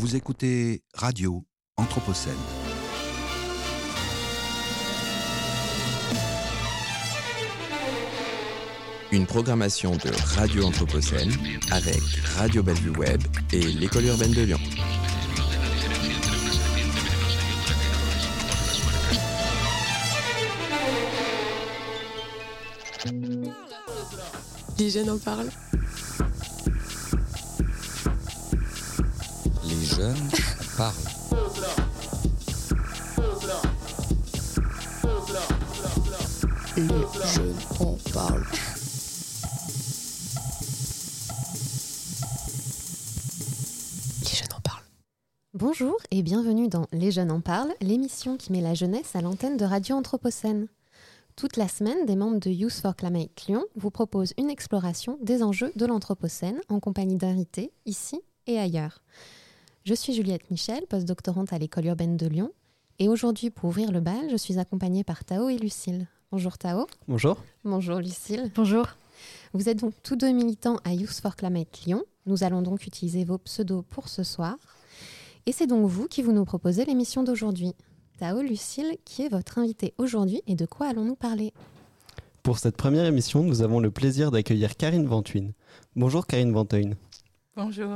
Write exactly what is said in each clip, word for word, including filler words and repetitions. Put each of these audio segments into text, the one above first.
Vous écoutez Radio Anthropocène. Une programmation de Radio Anthropocène avec Radio Bellevue Web et l'École urbaine de Lyon. Les jeunes en parlent. Les jeunes parlent. Les jeunes en parlent. Les jeunes en parlent. Bonjour et bienvenue dans Les jeunes en parlent, l'émission qui met la jeunesse à l'antenne de Radio Anthropocène. Toute la semaine, des membres de Youth for Climate Lyon vous proposent une exploration des enjeux de l'Anthropocène en compagnie d'invités, ici et ailleurs. Je suis Juliette Michel, postdoctorante à l'École urbaine de Lyon. Et aujourd'hui, pour ouvrir le bal, je suis accompagnée par Tao et Lucille. Bonjour Tao. Bonjour. Bonjour Lucille. Bonjour. Vous êtes donc tous deux militants à Youth for Climate Lyon. Nous allons donc utiliser vos pseudos pour ce soir. Et c'est donc vous qui vous nous proposez l'émission d'aujourd'hui. Tao, Lucille, qui est votre invitée aujourd'hui et de quoi allons-nous parler ? Pour cette première émission, nous avons le plaisir d'accueillir Karine Vantuyn. Bonjour Karine Vantuyn. Bonjour.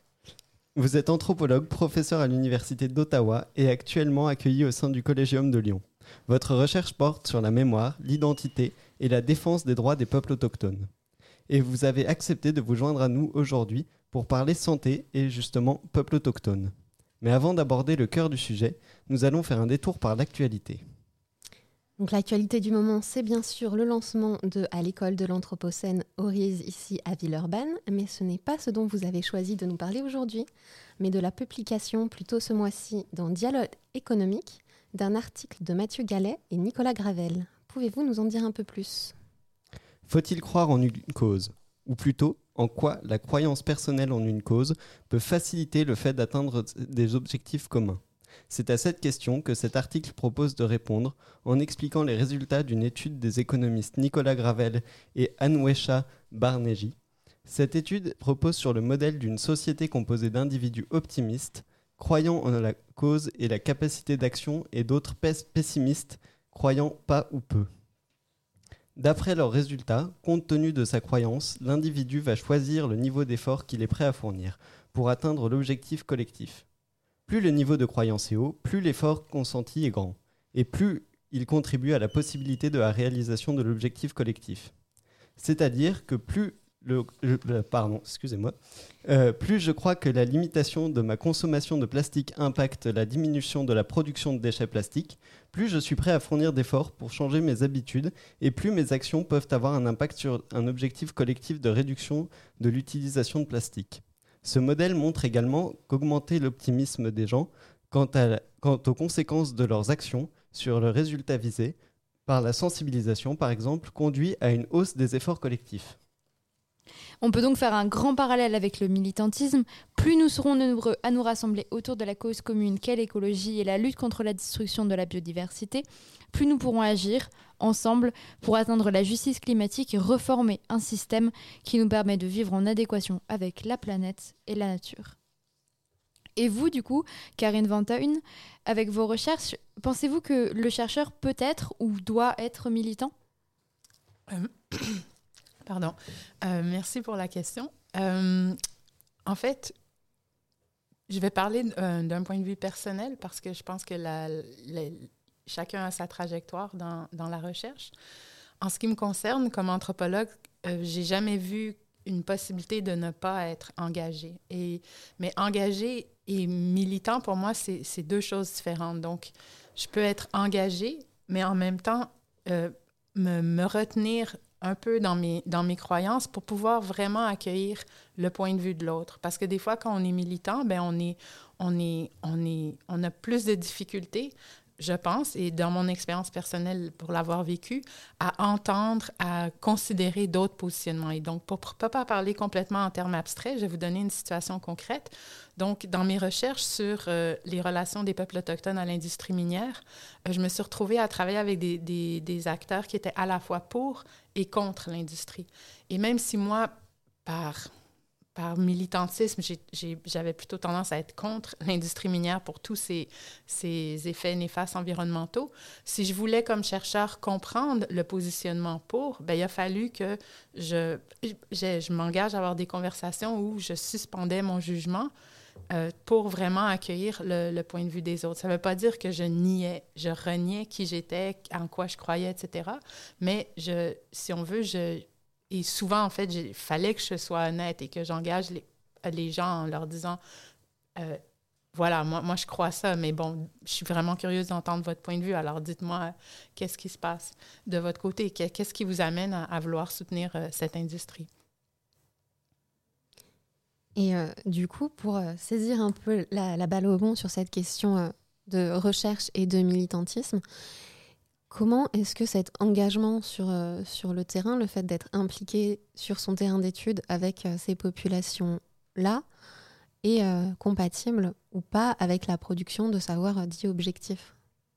Vous êtes anthropologue, professeur à l'Université d'Ottawa et actuellement accueillie au sein du Collégium de Lyon. Votre recherche porte sur la mémoire, l'identité et la défense des droits des peuples autochtones. Et vous avez accepté de vous joindre à nous aujourd'hui pour parler santé et justement peuples autochtones. Mais avant d'aborder le cœur du sujet, nous allons faire un détour par l'actualité. Donc l'actualité du moment, c'est bien sûr le lancement de À l'école de l'Anthropocène Oriz ici à Villeurbanne, mais ce n'est pas ce dont vous avez choisi de nous parler aujourd'hui, mais de la publication plutôt ce mois-ci dans Dialogue économique d'un article de Mathieu Gallet et Nicolas Gravel. Pouvez-vous nous en dire un peu plus ? Faut-il croire en une cause ? Ou plutôt, en quoi la croyance personnelle en une cause peut faciliter le fait d'atteindre des objectifs communs ? C'est à cette question que cet article propose de répondre en expliquant les résultats d'une étude des économistes Nicolas Gravel et Anwesha Barneji. Cette étude repose sur le modèle d'une société composée d'individus optimistes, croyant en la cause et la capacité d'action, et d'autres pessimistes, croyant pas ou peu. D'après leurs résultats, compte tenu de sa croyance, l'individu va choisir le niveau d'effort qu'il est prêt à fournir pour atteindre l'objectif collectif. Plus le niveau de croyance est haut, plus l'effort consenti est grand, et plus il contribue à la possibilité de la réalisation de l'objectif collectif. C'est-à-dire que plus, le, le, pardon, excusez-moi, euh, plus je crois que la limitation de ma consommation de plastique impacte la diminution de la production de déchets plastiques, plus je suis prêt à fournir d'efforts pour changer mes habitudes, et plus mes actions peuvent avoir un impact sur un objectif collectif de réduction de l'utilisation de plastique. Ce modèle montre également qu'augmenter l'optimisme des gens quant, à la, quant aux conséquences de leurs actions sur le résultat visé, par la sensibilisation par exemple, conduit à une hausse des efforts collectifs. On peut donc faire un grand parallèle avec le militantisme. Plus nous serons nombreux à nous rassembler autour de la cause commune qu'est l'écologie et la lutte contre la destruction de la biodiversité, plus nous pourrons agir ensemble pour atteindre la justice climatique et reformer un système qui nous permet de vivre en adéquation avec la planète et la nature. Et vous, du coup, Karine Vantuyn, avec vos recherches, pensez-vous que le chercheur peut être ou doit être militant ? euh, Pardon. Euh, merci pour la question. Euh, en fait, je vais parler euh, d'un point de vue personnel parce que je pense que la, la, chacun a sa trajectoire dans, dans la recherche. En ce qui me concerne, comme anthropologue, euh, j'ai jamais vu une possibilité de ne pas être engagé. Et, mais engagé et militant, pour moi, c'est, c'est deux choses différentes. Donc, je peux être engagée, mais en même temps, euh, me, me retenir un peu dans mes, dans mes croyances pour pouvoir vraiment accueillir le point de vue de l'autre. Parce que des fois, quand on est militant, ben on, est, on, est, on, est, on a plus de difficultés, je pense, et dans mon expérience personnelle pour l'avoir vécu, à entendre, à considérer d'autres positionnements. Et donc, pour ne pas parler complètement en termes abstraits, je vais vous donner une situation concrète. Donc, dans mes recherches sur euh, les relations des peuples autochtones à l'industrie minière, euh, je me suis retrouvée à travailler avec des, des, des acteurs qui étaient à la fois pour et contre l'industrie. Et même si moi, par par militantisme, j'ai, j'ai, j'avais plutôt tendance à être contre l'industrie minière pour tous ces, ces effets néfastes environnementaux. Si je voulais, comme chercheur, comprendre le positionnement pour, ben, il a fallu que je, je, je m'engage à avoir des conversations où je suspendais mon jugement euh, pour vraiment accueillir le, le point de vue des autres. Ça ne veut pas dire que je niais, je reniais qui j'étais, en quoi je croyais, et cetera. Mais je, si on veut, je... Et souvent, en fait, il fallait que je sois honnête et que j'engage les, les gens en leur disant euh, voilà, moi, moi, je crois ça, mais bon, je suis vraiment curieuse d'entendre votre point de vue. Alors, dites-moi, euh, qu'est-ce qui se passe de votre côté? Qu'est-ce qui vous amène à, à vouloir soutenir euh, cette industrie? Et euh, du coup, pour euh, saisir un peu la, la balle au bond sur cette question euh, de recherche et de militantisme, comment est-ce que cet engagement sur, euh, sur le terrain, le fait d'être impliqué sur son terrain d'études avec euh, ces populations-là, est euh, compatible ou pas avec la production de savoir euh, dit objectif?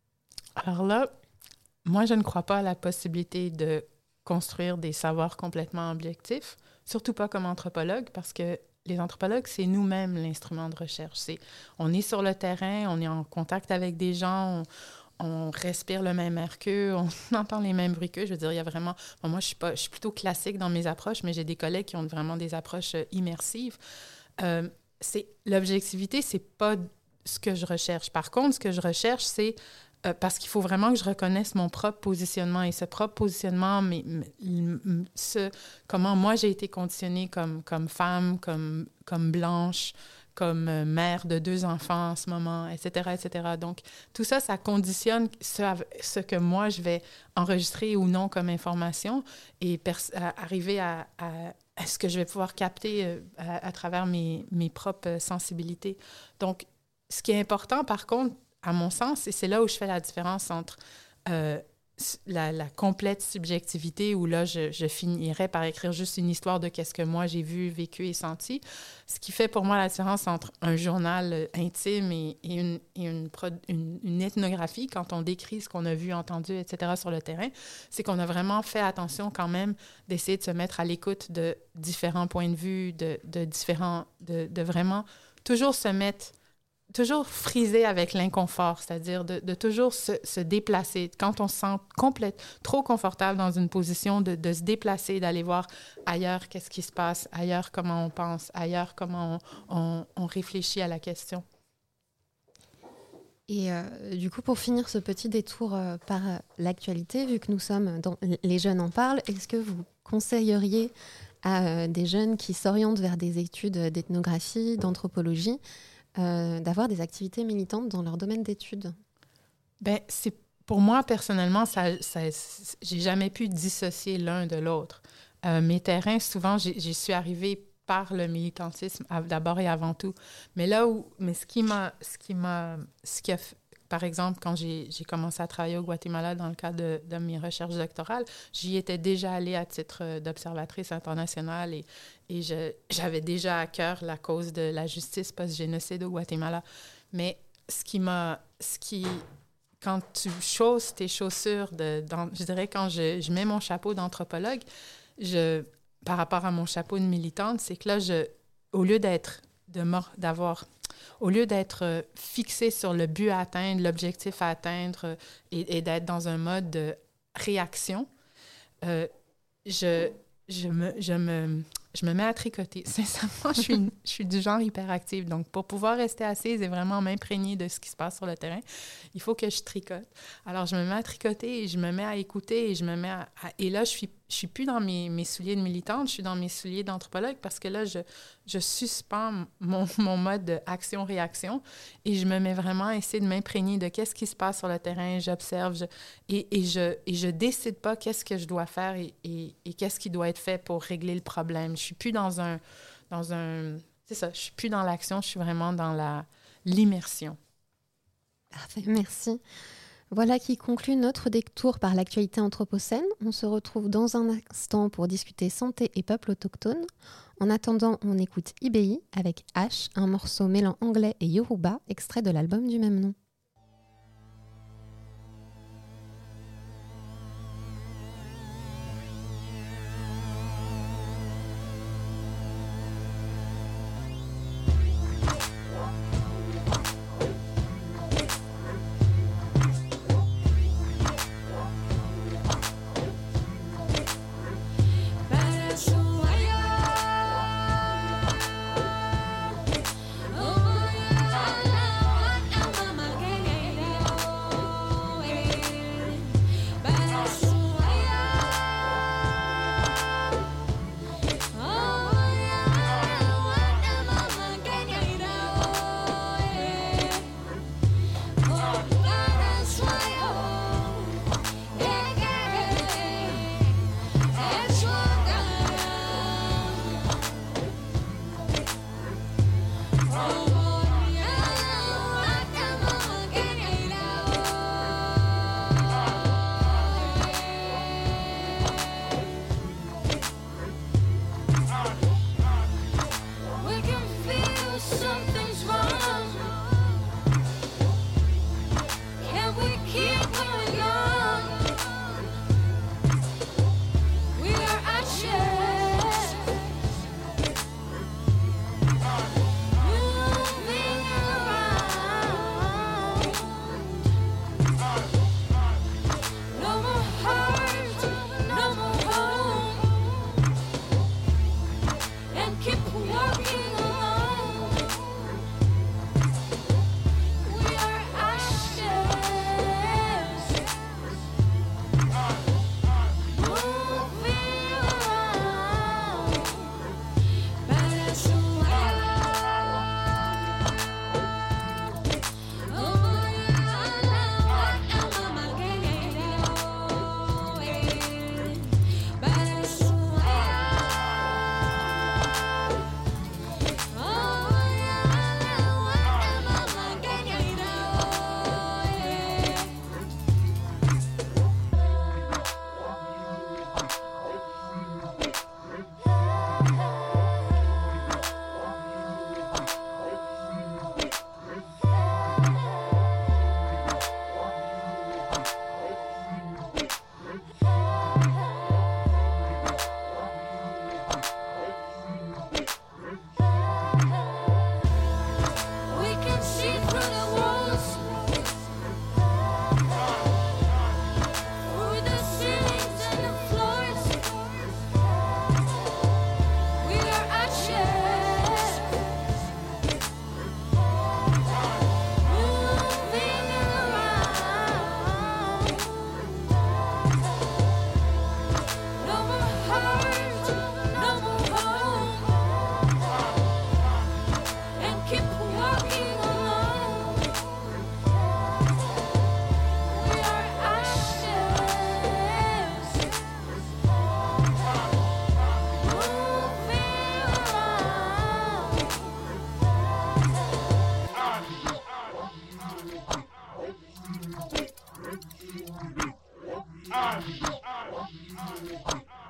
Alors là, moi, je ne crois pas à la possibilité de construire des savoirs complètement objectifs, surtout pas comme anthropologue, parce que les anthropologues, c'est nous-mêmes l'instrument de recherche. C'est, on est sur le terrain, on est en contact avec des gens, on, on respire le même air qu'eux, on entend les mêmes bruits qu'eux. Je veux dire, il y a vraiment... Bon, moi, je suis, pas, je suis plutôt classique dans mes approches, mais j'ai des collègues qui ont vraiment des approches euh, immersives. Euh, c'est, l'objectivité, c'est pas ce que je recherche. Par contre, ce que je recherche, c'est... Euh, parce qu'il faut vraiment que je reconnaisse mon propre positionnement. Et ce propre positionnement, mais, mais, ce, comment moi j'ai été conditionnée comme, comme femme, comme, comme blanche, comme euh, mère de deux enfants en ce moment, et cetera, et cetera. Donc, tout ça, ça conditionne ce, ce que moi, je vais enregistrer ou non comme information et pers- à, arriver à, à, à ce que je vais pouvoir capter euh, à, à travers mes, mes propres sensibilités. Donc, ce qui est important, par contre, à mon sens, et c'est là où je fais la différence entre euh, la, la complète subjectivité, où là, je, je finirais par écrire juste une histoire de qu'est-ce que moi j'ai vu, vécu et senti. Ce qui fait pour moi la différence entre un journal intime et, et, une, et une, une, une ethnographie, quand on décrit ce qu'on a vu, entendu, et cetera sur le terrain, c'est qu'on a vraiment fait attention quand même d'essayer de se mettre à l'écoute de différents points de vue, de, de différents... de, de vraiment toujours se mettre... toujours friser avec l'inconfort, c'est-à-dire de, de toujours se, se déplacer. Quand on se sent complète, trop confortable dans une position, de, de se déplacer, d'aller voir ailleurs qu'est-ce qui se passe, ailleurs comment on pense, ailleurs comment on, on, on réfléchit à la question. Et euh, du coup, pour finir ce petit détour euh, par euh, l'actualité, vu que nous sommes dans Les Jeunes en parlent, est-ce que vous conseilleriez à euh, des jeunes qui s'orientent vers des études d'ethnographie, d'anthropologie, Euh, d'avoir des activités militantes dans leur domaine d'études? Bien, c'est, pour moi, personnellement, ça, ça, j'ai jamais pu dissocier l'un de l'autre. Euh, mes terrains, souvent, j'y, j'y suis arrivée par le militantisme, d'abord et avant tout. Mais là où... Mais ce qui m'a... Ce qui m'a... Ce qui a fait, par exemple, quand j'ai, j'ai commencé à travailler au Guatemala dans le cadre de, de mes recherches doctorales, j'y étais déjà allée à titre d'observatrice internationale et, et je, j'avais déjà à cœur la cause de la justice post-génocide au Guatemala. Mais ce qui m'a... Ce qui, quand tu chausses tes chaussures, de, dans, je dirais quand je, je mets mon chapeau d'anthropologue, je, par rapport à mon chapeau de militante, c'est que là, je, au lieu d'être... De mort, d'avoir... Au lieu d'être fixé sur le but à atteindre, l'objectif à atteindre et, et d'être dans un mode de réaction, euh, je, je, me, je, me, je me mets à tricoter. Sincèrement, je suis, une, je suis du genre hyperactive. Donc, pour pouvoir rester assise et vraiment m'imprégner de ce qui se passe sur le terrain, il faut que je tricote. Alors, je me mets à tricoter et je me mets à écouter et je me mets à... à et là, je suis Je suis plus dans mes, mes souliers de militante, je suis dans mes souliers d'anthropologue parce que là, je, je suspends mon, mon mode action-réaction et je me mets vraiment à essayer de m'imprégner de qu'est-ce qui se passe sur le terrain, j'observe je, et, et je et je décide pas qu'est-ce que je dois faire et, et, et qu'est-ce qui doit être fait pour régler le problème. Je suis plus dans un... dans un c'est ça, je suis plus dans l'action, je suis vraiment dans la, l'immersion. Parfait, merci. Voilà qui conclut notre détour par l'actualité anthropocène. On se retrouve dans un instant pour discuter santé et peuples autochtones. En attendant, on écoute I B I avec H, un morceau mêlant anglais et yoruba, extrait de l'album du même nom.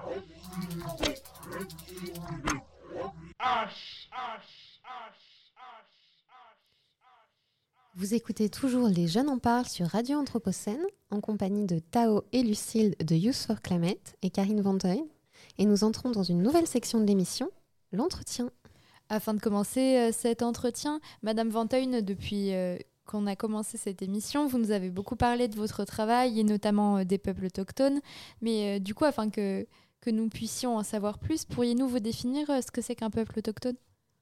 Vous écoutez toujours Les Jeunes en parlent sur Radio Anthropocène, en compagnie de Tao et Lucille de Youth for Climate et Karine Vanteuil. Et nous entrons dans une nouvelle section de l'émission, l'entretien. Afin de commencer euh, cet entretien, Madame Vanteuil, depuis euh, qu'on a commencé cette émission, vous nous avez beaucoup parlé de votre travail et notamment euh, des peuples autochtones. Mais euh, du coup, afin que, que nous puissions en savoir plus, pourriez-nous vous définir euh, ce que c'est qu'un peuple autochtone ?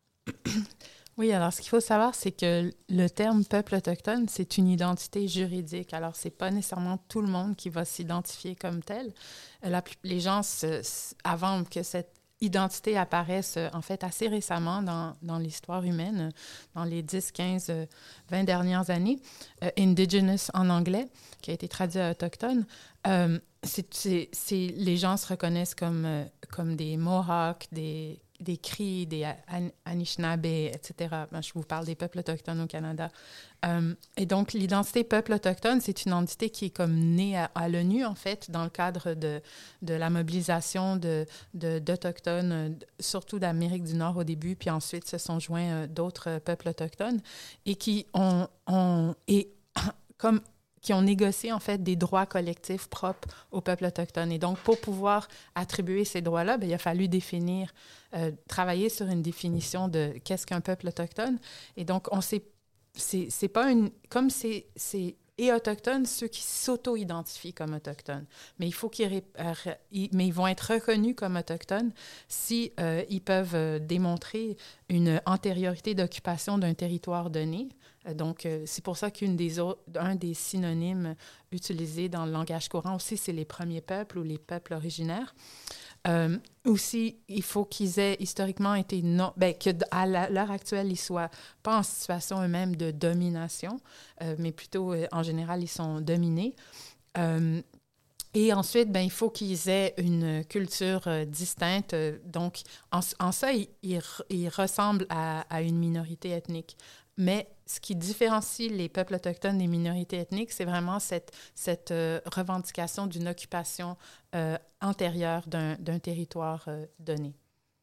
Oui, alors ce qu'il faut savoir, c'est que le terme peuple autochtone, c'est une identité juridique. Alors, c'est pas nécessairement tout le monde qui va s'identifier comme tel. La, les gens, se, avant que cette identité apparaisse, en fait, assez récemment dans, dans l'histoire humaine, dans les dix, quinze, vingt dernières années, euh, Indigenous en anglais, qui a été traduit à autochtone, euh, c'est, c'est, c'est, les gens se reconnaissent comme, euh, comme des Mohawks, des des Cris, des An- Anishinaabe, et cetera. Ben, je vous parle des peuples autochtones au Canada. Euh, et donc, l'identité peuple autochtone, c'est une entité qui est comme née à, à l'ONU, en fait, dans le cadre de, de la mobilisation de, de, d'Autochtones, surtout d'Amérique du Nord au début, puis ensuite se sont joints euh, d'autres euh, peuples autochtones, et qui ont, ont et, comme qui ont négocié, en fait, des droits collectifs propres aux peuples autochtones. Et donc, pour pouvoir attribuer ces droits-là, bien, il a fallu définir, euh, travailler sur une définition de qu'est-ce qu'un peuple autochtone. Et donc, on sait, c'est, c'est pas une... Comme c'est, c'est et autochtones, ceux qui s'auto-identifient comme autochtones. Mais il faut qu'ils... Ré, euh, ils, mais ils vont être reconnus comme autochtones si euh, ils peuvent euh, démontrer une antériorité d'occupation d'un territoire donné. Donc, euh, c'est pour ça qu'un des, des synonymes utilisés dans le langage courant aussi, c'est les premiers peuples ou les peuples originaires. Euh, aussi, il faut qu'ils aient historiquement été non... Ben, qu'à l'heure actuelle, ils ne soient pas en situation eux-mêmes de domination, euh, mais plutôt, euh, en général, ils sont dominés. Euh, Et ensuite, ben, il faut qu'ils aient une culture euh, distincte. Euh, donc, en, en ça, ils, ils, ils ressemblent à, à une minorité ethnique. Mais ce qui différencie les peuples autochtones des minorités ethniques, c'est vraiment cette, cette euh, revendication d'une occupation euh, antérieure d'un, d'un territoire euh, donné.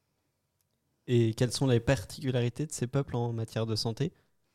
Et quelles sont les particularités de ces peuples en matière de santé?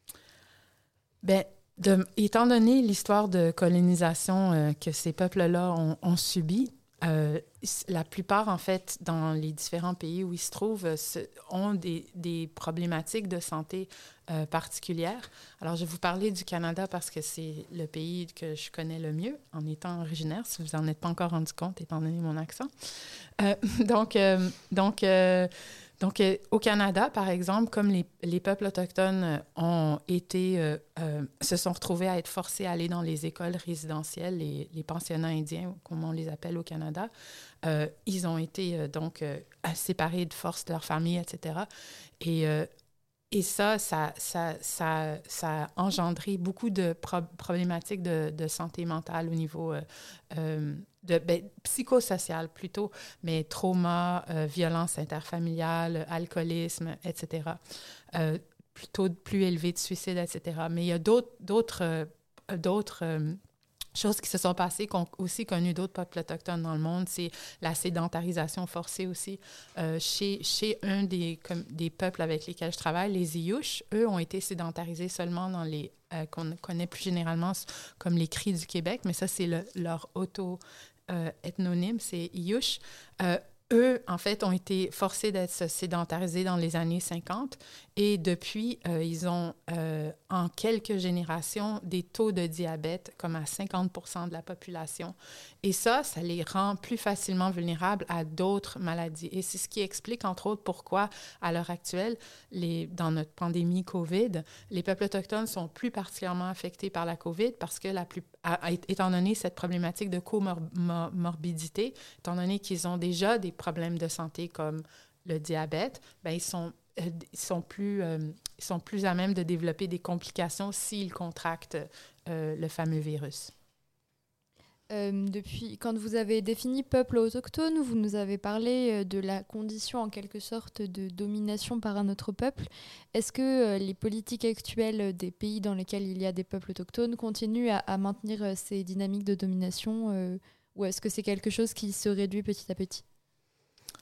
Bien, de, étant donné l'histoire de colonisation euh, que ces peuples-là ont, ont subi, euh, la plupart, en fait, dans les différents pays où ils se trouvent, se, ont des, des problématiques de santé euh, particulières. Alors, je vais vous parler du Canada parce que c'est le pays que je connais le mieux en étant originaire, si vous n'en êtes pas encore rendu compte, étant donné mon accent. Euh, donc, euh, donc euh, Donc, euh, au Canada, par exemple, comme les, les peuples autochtones ont été, euh, euh, se sont retrouvés à être forcés à aller dans les écoles résidentielles, les, les pensionnats indiens, comme on les appelle au Canada, euh, ils ont été euh, donc euh, séparés de force de leur famille, et cetera. Et, euh, et ça, ça, ça, ça, ça a engendré beaucoup de pro- problématiques de, de santé mentale au niveau... Euh, euh, de ben, psychosocial plutôt, mais trauma, euh, violence interfamiliale, alcoolisme, et cetera. Euh, plutôt plus élevé de suicide, et cetera. Mais il y a d'autres, d'autres, euh, d'autres euh, choses qui se sont passées, qui ont aussi connu d'autres peuples autochtones dans le monde. C'est la sédentarisation forcée aussi. Euh, chez, chez un des, comme, des peuples avec lesquels je travaille, les Iyush, eux ont été sédentarisés seulement dans les euh, qu'on connaît plus généralement comme les Cris du Québec, mais ça, c'est le, leur auto... Euh, ethnonyme, c'est Iyush. Euh, eux, en fait, ont été forcés d'être sédentarisés dans les années cinquante et depuis, euh, ils ont, euh, en quelques générations, des taux de diabète comme à cinquante pour cent de la population. Et ça, ça les rend plus facilement vulnérables à d'autres maladies. Et c'est ce qui explique, entre autres, pourquoi, à l'heure actuelle, les, dans notre pandémie COVID, les peuples autochtones sont plus particulièrement affectés par la COVID parce que, la plus, à, à, étant donné cette problématique de comorbidité, étant donné qu'ils ont déjà des problèmes de santé comme le diabète, bien, ils sont, euh, ils sont plus, euh, ils sont plus à même de développer des complications s'ils contractent euh, le fameux virus. Euh, depuis, quand vous avez défini peuple autochtone, vous nous avez parlé de la condition en quelque sorte de domination par un autre peuple. Est-ce que euh, les politiques actuelles des pays dans lesquels il y a des peuples autochtones continuent à, à maintenir ces dynamiques de domination euh, ou est-ce que c'est quelque chose qui se réduit petit à petit?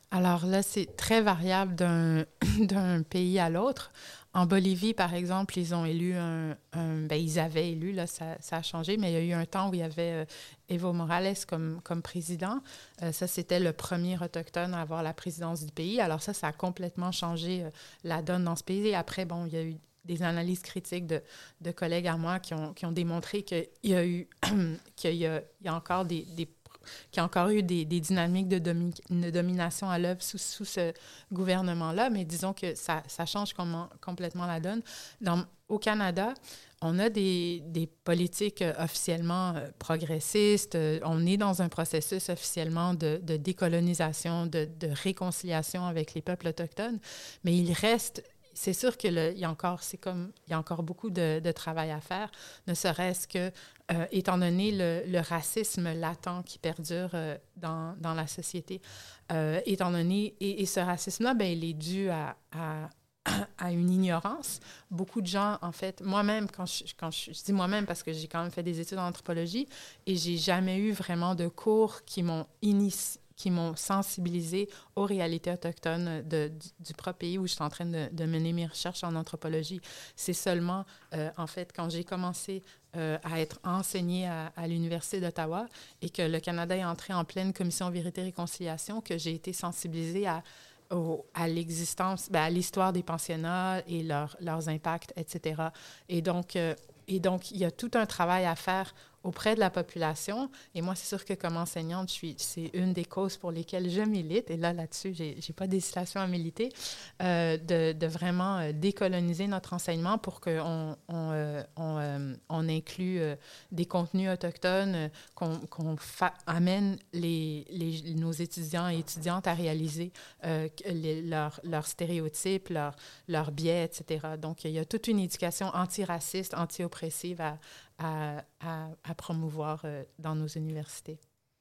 Alors là, c'est très variable d'un, d'un pays à l'autre. En Bolivie, par exemple, ils ont élu un... un ben, ils avaient élu, là, ça, ça a changé, mais il y a eu un temps où il y avait euh, Evo Morales comme, comme président. Euh, ça, c'était le premier autochtone à avoir la présidence du pays. Alors ça, ça a complètement changé euh, la donne dans ce pays. Et après, bon, il y a eu des analyses critiques de, de collègues à moi qui ont, qui ont démontré qu'il y a eu... qu'il y a, il y a encore des... des qu'il y a encore eu des, des dynamiques de, domi- de domination à l'œuvre sous, sous ce gouvernement-là, mais disons que ça, ça change com- complètement la donne. Dans, au Canada, on a des, des politiques officiellement euh, progressistes. On est dans un processus officiellement de, de décolonisation, de, de réconciliation avec les peuples autochtones, mais il reste... C'est sûr qu'il y a encore, c'est comme, il y a encore beaucoup de, de travail à faire, ne serait-ce que, euh, étant donné le, le racisme latent qui perdure euh, dans, dans la société, euh, étant donné, et, et ce racisme-là, ben, il est dû à, à, à une ignorance. Beaucoup de gens, en fait, moi-même, quand je, quand je, je dis moi-même parce que j'ai quand même fait des études en anthropologie et j'ai jamais eu vraiment de cours qui m'ont initié, qui m'ont sensibilisé aux réalités autochtones de, du, du propre pays où je suis en train de, de mener mes recherches en anthropologie. C'est seulement, euh, en fait, quand j'ai commencé euh, à être enseignée à, à l'Université d'Ottawa et que le Canada est entré en pleine commission Vérité-Réconciliation que j'ai été sensibilisée à, au, à l'existence, ben, à l'histoire des pensionnats et leur, leurs impacts, et cetera. Et donc, euh, et donc, il y a tout un travail à faire auprès de la population. Et moi, c'est sûr que comme enseignante, je suis, c'est une des causes pour lesquelles je milite. Et là, là-dessus, je n'ai pas d'hésitation à militer, euh, de, de vraiment euh, décoloniser notre enseignement pour qu'on on, euh, on, euh, on inclue euh, des contenus autochtones, euh, qu'on, qu'on fa- amène les, les, nos étudiants et étudiantes à réaliser euh, les, leurs leur stéréotypes, leurs leur biais, et cetera. Donc, il y a toute une éducation antiraciste, anti-oppressive à À, à, à promouvoir euh, dans nos universités.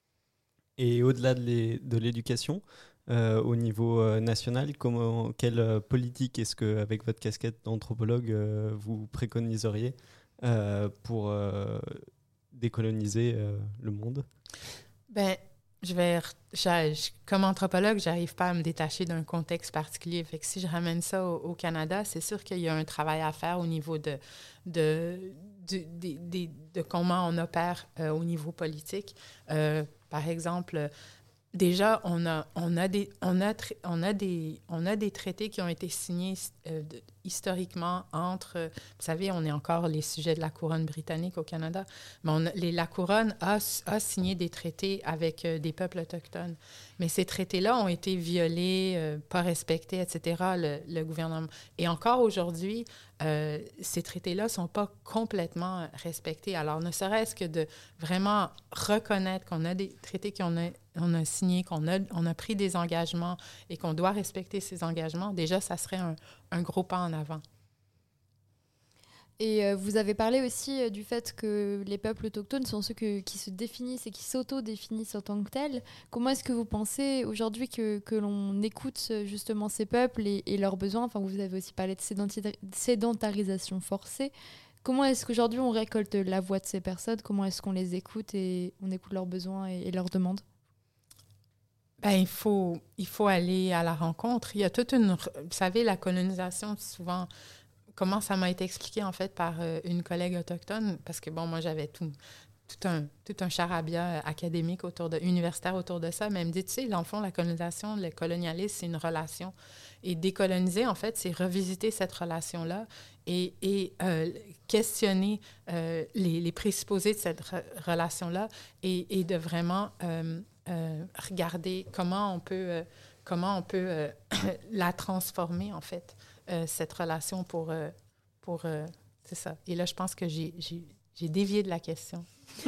Et au-delà de, l'é- de l'éducation, euh, au niveau euh, national, comment, quelle euh, politique est-ce que, avec votre casquette d'anthropologue, euh, vous préconiseriez euh, pour euh, décoloniser euh, le monde? Ben, je vais, je, je, comme anthropologue, j'arrive pas à me détacher d'un contexte particulier. Fait que si je ramène ça au, au Canada, c'est sûr qu'il y a un travail à faire au niveau de, de, de, de, de, de comment on opère euh, au niveau politique. Euh, par exemple, déjà, on a, on a des, on a, on a des, on a des traités qui ont été signés euh, de, historiquement entre, vous savez, on est encore les sujets de la couronne britannique au Canada, mais on a, les, la couronne a, a signé des traités avec euh, des peuples autochtones. Mais ces traités-là ont été violés, euh, pas respectés, et cetera, le, le gouvernement. Et encore aujourd'hui, euh, ces traités-là ne sont pas complètement respectés. Alors, ne serait-ce que de vraiment reconnaître qu'on a des traités qu'on a, on a signés, qu'on a, on a pris des engagements et qu'on doit respecter ces engagements, déjà, ça serait un, un gros pas en avant. Et euh, vous avez parlé aussi euh, du fait que les peuples autochtones sont ceux que, qui se définissent et qui s'auto-définissent en tant que tels. Comment est-ce que vous pensez aujourd'hui que, que l'on écoute justement ces peuples et, et leurs besoins? Enfin, vous avez aussi parlé de sédenti- sédentarisation forcée. Comment est-ce qu'aujourd'hui on récolte la voix de ces personnes? Comment est-ce qu'on les écoute et on écoute leurs besoins et, et leurs demandes? Ben, il faut, il faut aller à la rencontre. Il y a toute une... Vous savez, la colonisation, souvent... Comment ça m'a été expliqué, en fait, par euh, une collègue autochtone, parce que, bon, moi, j'avais tout, tout, un, tout un charabia académique autour de, universitaire autour de ça, mais elle me dit, tu sais, dans le fond, la colonisation, le colonialisme, c'est une relation. Et décoloniser, en fait, c'est revisiter cette relation-là et, et euh, questionner euh, les, les présupposés de cette re- relation-là et, et de vraiment euh, euh, regarder comment on peut, euh, comment on peut euh, la transformer, en fait. Euh, cette relation pour... Euh, pour euh, c'est ça. Et là, je pense que j'ai, j'ai, j'ai dévié de la question.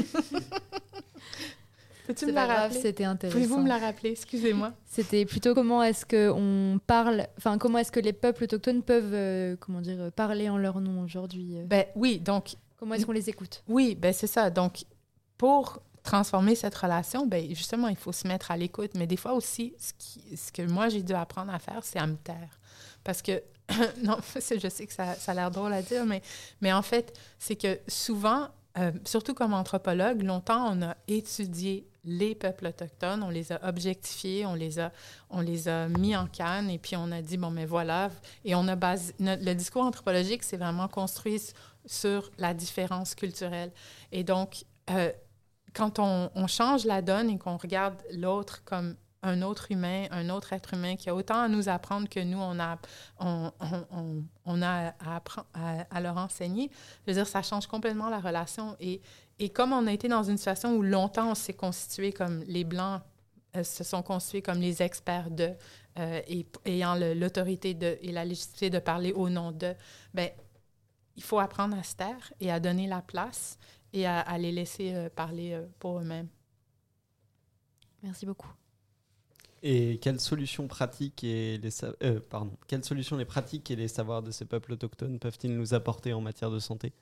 Peux-tu C'est me la pas grave, rappeler? c'était intéressant. Pouvez-vous me la rappeler? Excusez-moi. C'était plutôt comment est-ce qu'on parle... Enfin, comment est-ce que les peuples autochtones peuvent, euh, comment dire, parler en leur nom aujourd'hui? euh Ben oui, donc... Comment est-ce qu'on les écoute? Oui, ben c'est ça. Donc, pour transformer cette relation, ben justement, il faut se mettre à l'écoute. Mais des fois aussi, ce, qui, ce que moi, j'ai dû apprendre à faire, c'est à me taire. Parce que non, je sais que ça, ça a l'air drôle à dire, mais, mais en fait, c'est que souvent, euh, surtout comme anthropologue, longtemps, on a étudié les peuples autochtones, on les a objectifiés, on les a, on les a mis en canne, et puis on a dit, bon, mais voilà, et on a basé... Notre, le discours anthropologique, c'est vraiment construit sur la différence culturelle. Et donc, euh, quand on, on change la donne et qu'on regarde l'autre comme un autre humain, un autre être humain qui a autant à nous apprendre que nous, on a, on, on, on, on a à, apprendre, à, à leur enseigner, je veux dire, ça change complètement la relation. Et, et comme on a été dans une situation où longtemps on s'est constitué comme les Blancs euh, se sont constitués comme les experts de, euh, et ayant le, l'autorité de, et la légitimité de parler au nom de, bien, il faut apprendre à se taire et à donner la place et à, à les laisser euh, parler euh, pour eux-mêmes. Merci beaucoup. Et quelles solutions pratiques et les sa- euh, pardon, quelles solutions les pratiques et les savoirs de ces peuples autochtones peuvent-ils nous apporter en matière de santé?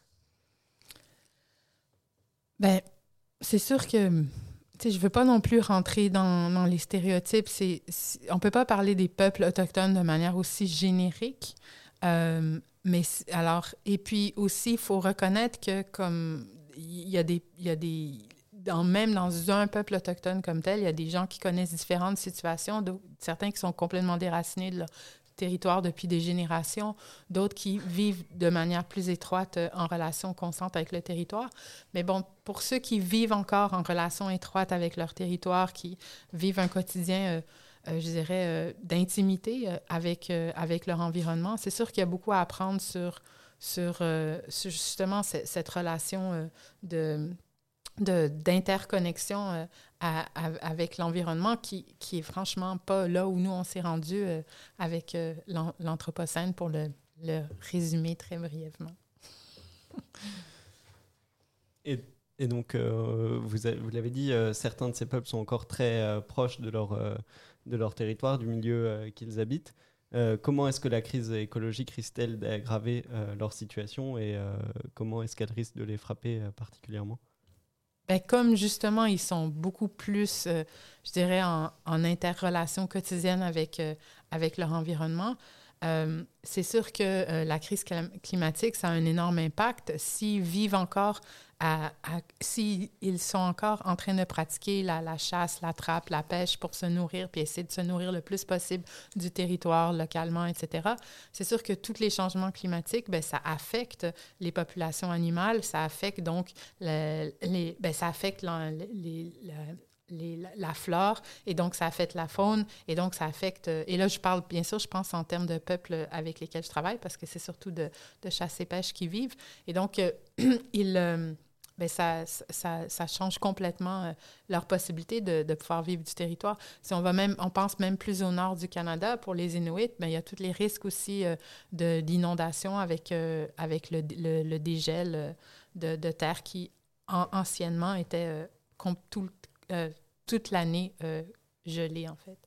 Ben, c'est sûr que, tu sais, je veux pas non plus rentrer dans, dans les stéréotypes. C'est, c'est, on peut pas parler des peuples autochtones de manière aussi générique. Euh, mais alors, et puis aussi, il faut reconnaître que comme il y a des, il y a des Dans, même dans un peuple autochtone comme tel, il y a des gens qui connaissent différentes situations, certains qui sont complètement déracinés de leur territoire depuis des générations, d'autres qui vivent de manière plus étroite en relation constante avec le territoire. Mais bon, pour ceux qui vivent encore en relation étroite avec leur territoire, qui vivent un quotidien, euh, euh, je dirais, euh, d'intimité euh, avec, euh, avec leur environnement, c'est sûr qu'il y a beaucoup à apprendre sur, sur, euh, sur justement cette, cette relation euh, de... De, d'interconnexion euh, à, à, avec l'environnement qui, qui est franchement pas là où nous on s'est rendu euh, avec euh, l'an, l'Anthropocène, pour le, le résumer très brièvement. Et, et donc, euh, vous, a, vous l'avez dit, euh, certains de ces peuples sont encore très euh, proches de leur, euh, de leur territoire, du milieu euh, qu'ils habitent. Euh, comment est-ce que la crise écologique risque-t-elle d'aggraver euh, leur situation et euh, comment est-ce qu'elle risque de les frapper euh, particulièrement? Bien, comme justement, ils sont beaucoup plus, euh, je dirais, en, en interrelation quotidienne avec, euh, avec leur environnement, euh, c'est sûr que euh, la crise climatique, ça a un énorme impact. S'ils vivent encore, à, à, s'ils sont encore en train de pratiquer la, la chasse, la trappe, la pêche pour se nourrir, puis essayer de se nourrir le plus possible du territoire localement, et cetera, c'est sûr que tous les changements climatiques, bien, ça affecte les populations animales, ça affecte donc le, les, bien, ça affecte la, les, la, Les, la flore, et donc ça affecte la faune, et donc ça affecte... Et là, je parle, bien sûr, je pense en termes de peuples avec lesquels je travaille, parce que c'est surtout de, de chasse et pêche qu'ils vivent. Et donc, euh, ils, euh, ben ça, ça, ça change complètement euh, leur possibilité de, de pouvoir vivre du territoire. Si on va même, on pense même plus au nord du Canada, pour les Inuits, ben, il y a tous les risques aussi euh, de, d'inondation avec, euh, avec le, le, le dégel euh, de, de terre qui, en, anciennement, était euh, com- tout le Euh, toute l'année euh, gelée, en fait.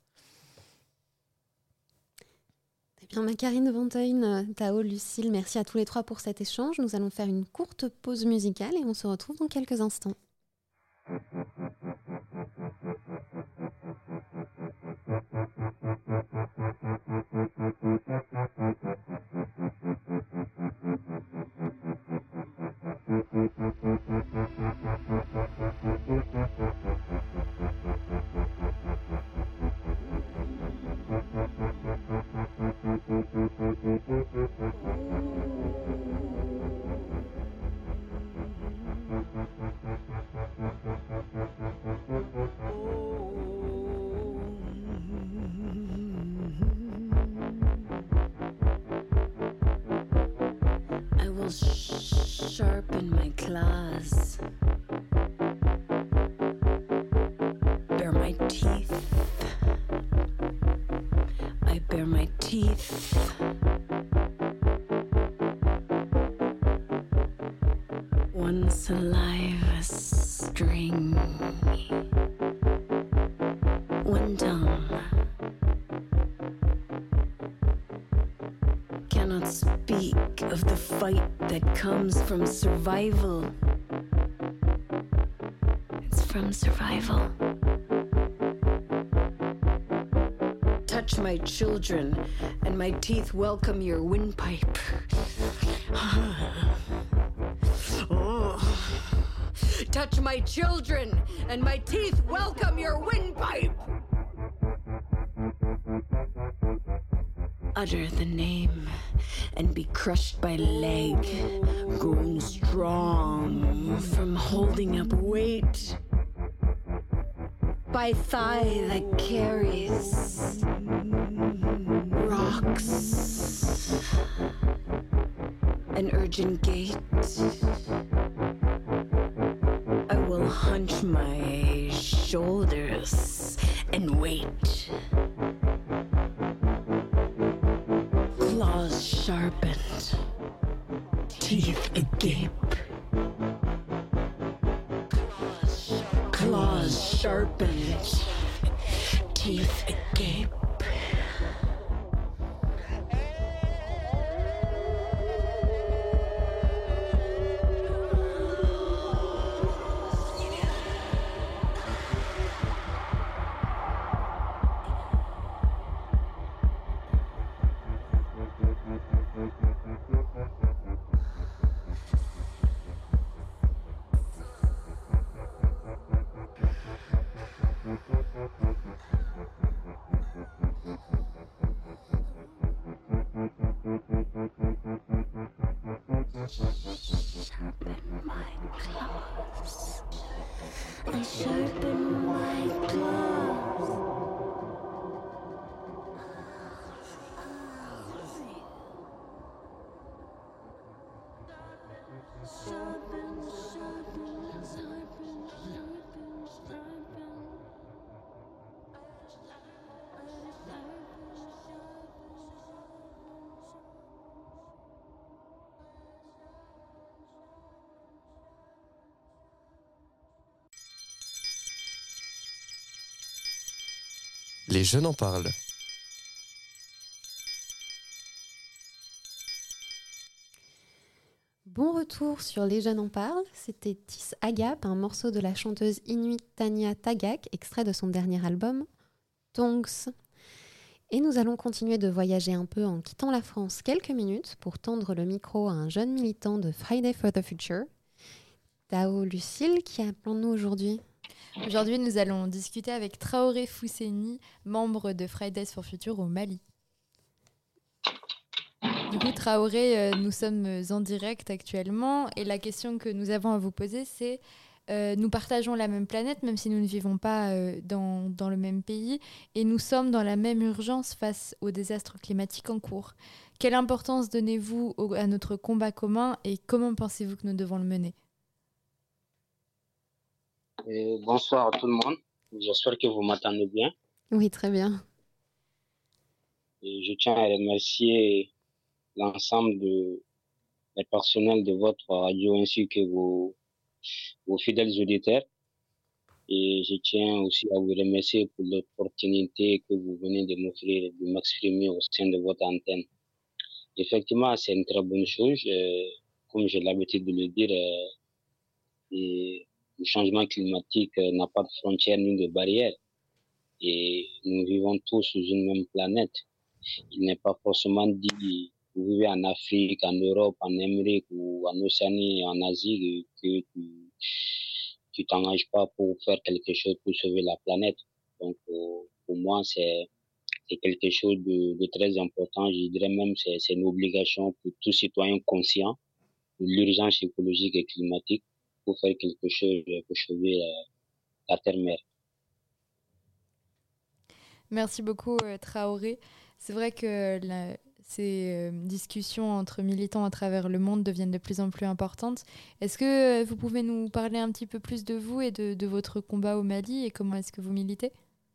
Eh bien, Macarine Vanteuil, Tao, Lucille, merci à tous les trois pour cet échange. Nous allons faire une courte pause musicale et on se retrouve dans quelques instants. Sharpen my claws, bare my teeth, I bare my teeth, one saliva string, one tongue, cannot speak of the fight that comes from survival. It's from survival. Touch my children, and my teeth welcome your windpipe. Oh. Touch my children, and my teeth welcome your windpipe. Utter the name and be crushed by leg, grown strong from holding up weight, by thigh that carries rocks, an urgent gait. I will hunch my shoulders and wait. Claws sharpened, teeth agape. Claws sharpened, teeth agape. Les jeunes en parlent. Bon retour sur Les Jeunes en parlent, c'était Tis Agap, un morceau de la chanteuse inuit Tanya Tagaq, extrait de son dernier album, Tonks. Et nous allons continuer de voyager un peu en quittant la France quelques minutes pour tendre le micro à un jeune militant de Friday for the Future, Tao Lucille, qui appelons-nous aujourd'hui ? Aujourd'hui, nous allons discuter avec Traoré Fousseni, membre de Fridays for Future au Mali. Du coup, Traoré, euh, nous sommes en direct actuellement et la question que nous avons à vous poser, c'est euh, nous partageons la même planète, même si nous ne vivons pas euh, dans, dans le même pays, et nous sommes dans la même urgence face au désastre climatique en cours. Quelle importance donnez-vous au, à notre combat commun et comment pensez-vous que nous devons le mener ? Et bonsoir à tout le monde. J'espère que vous m'entendez bien. Oui, très bien. Et je tiens à remercier l'ensemble de, des personnels de votre radio ainsi que vos, vos fidèles auditeurs. Et je tiens aussi à vous remercier pour l'opportunité que vous venez de m'offrir de m'exprimer au sein de votre antenne. Effectivement, c'est une très bonne chose. Euh, comme j'ai l'habitude de le dire, euh, et le changement climatique euh, n'a pas de frontières ni de barrières. Et nous vivons tous sur une même planète. Il n'est pas forcément dit vous vivez en Afrique, en Europe, en Amérique ou en Océanie, en Asie, que tu tu t'engages pas pour faire quelque chose pour sauver la planète. Donc, euh, pour moi, c'est c'est quelque chose de, de très important. Je dirais même c'est c'est une obligation pour tout citoyen conscient de l'urgence écologique et climatique pour faire quelque chose pour sauver la, la terre-mère. Merci beaucoup, euh, Traoré. C'est vrai que la, ces euh, discussions entre militants à travers le monde deviennent de plus en plus importantes. Est-ce que euh, vous pouvez nous parler un petit peu plus de vous et de, de votre combat au Mali et comment est-ce que vous militez ?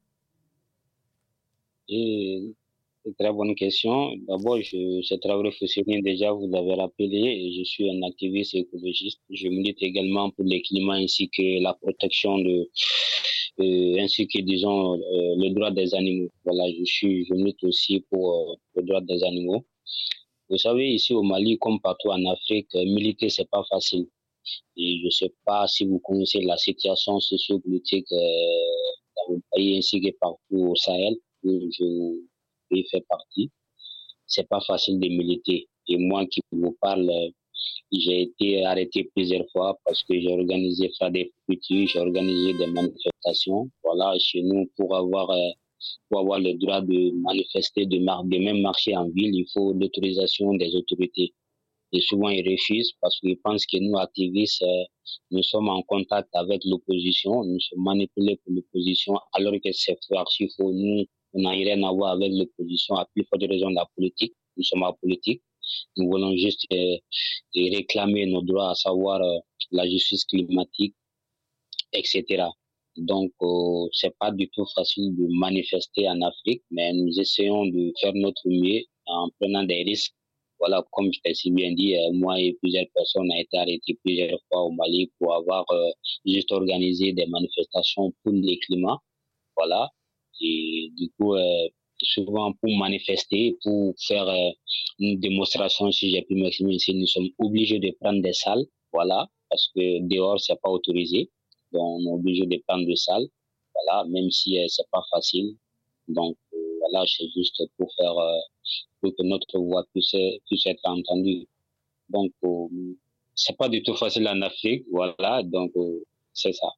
Et, c'est une très bonne question. D'abord, je, c'est Traoré Fousseni, déjà vous l'avez rappelé, et je suis un activiste écologiste. Je milite également pour le climat ainsi que la protection de Euh, ainsi que, disons, euh, le droit des animaux. Voilà, je suis, je milite aussi pour euh, le droit des animaux. Vous savez, ici au Mali, comme partout en Afrique, euh, militer, c'est pas facile. Et je sais pas si vous connaissez la situation sociopolitique euh, dans le pays ainsi que partout au Sahel, où je fais partie. C'est pas facile de militer. Et moi qui vous parle, j'ai été arrêté plusieurs fois parce que j'ai organisé Fridays for Future, j'ai organisé des manifestations. Voilà, chez nous, pour avoir, euh, pour avoir le droit de manifester, de, mar- de même marcher en ville, il faut l'autorisation des autorités. Et souvent, ils refusent parce qu'ils pensent que nous, activistes, euh, nous sommes en contact avec l'opposition, nous sommes manipulés par l'opposition, alors que c'est archi faux. Nous, on n'a rien à voir avec l'opposition, à plus forte raison de la politique. Nous sommes en politique. Nous voulons juste euh, réclamer nos droits, à savoir euh, la justice climatique, et cetera. Donc, euh, c'est pas du tout facile de manifester en Afrique, mais nous essayons de faire notre mieux en prenant des risques. Voilà, comme je t'ai si bien dit, euh, moi et plusieurs personnes ont été arrêtés plusieurs fois au Mali pour avoir euh, juste organisé des manifestations pour le climat. Voilà. Et du coup, euh, souvent pour manifester, pour faire euh, une démonstration, si j'ai pu m'exprimer ici, nous sommes obligés de prendre des salles. Voilà, parce que dehors, c'est pas autorisé. Donc, on est obligé de prendre des salles. Voilà, même si euh, c'est pas facile. Donc, euh, voilà, c'est juste pour faire, euh, pour que notre voix puisse, puisse être entendue. Donc, euh, c'est pas du tout facile en Afrique. Voilà, donc, euh, c'est ça.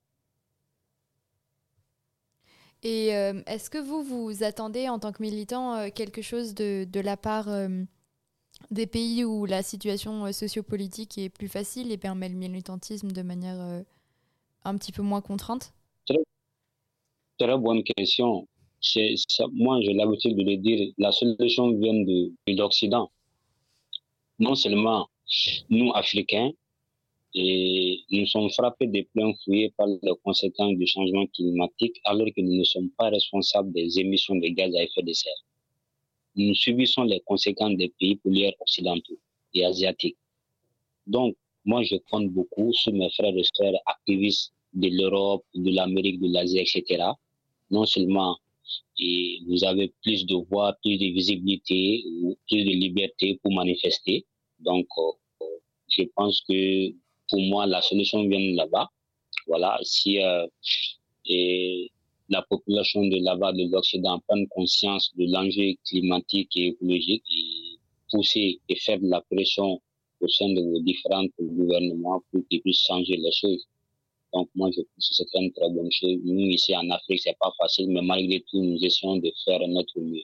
Et euh, est-ce que vous, vous attendez en tant que militant euh, quelque chose de, de la part euh, des pays où la situation euh, sociopolitique est plus facile et permet le militantisme de manière euh, un petit peu moins contrainte? Très, très bonne question. C'est, ça, moi, j'ai l'habitude de le dire, la solution vient de, de l'Occident. Non seulement nous, Africains, et nous sommes frappés de plein fouet par les conséquences du changement climatique alors que nous ne sommes pas responsables des émissions de gaz à effet de serre. Nous subissons les conséquences des pays pollueurs occidentaux et asiatiques. Donc, moi, je compte beaucoup sur mes frères et sœurs activistes de l'Europe, de l'Amérique, de l'Asie, et cetera. Non seulement et vous avez plus de voix, plus de visibilité, plus de liberté pour manifester. Donc, euh, je pense que pour moi, la solution vient de là-bas. Voilà, si euh, et la population de là-bas, de l'Occident, prend conscience de l'enjeu climatique et écologique et pousser et faire de la pression au sein de vos différents gouvernements pour qu'ils puissent changer les choses. Donc, moi, je pense que c'est une très bonne chose. Nous, ici en Afrique, c'est pas facile, mais malgré tout, nous essayons de faire notre mieux.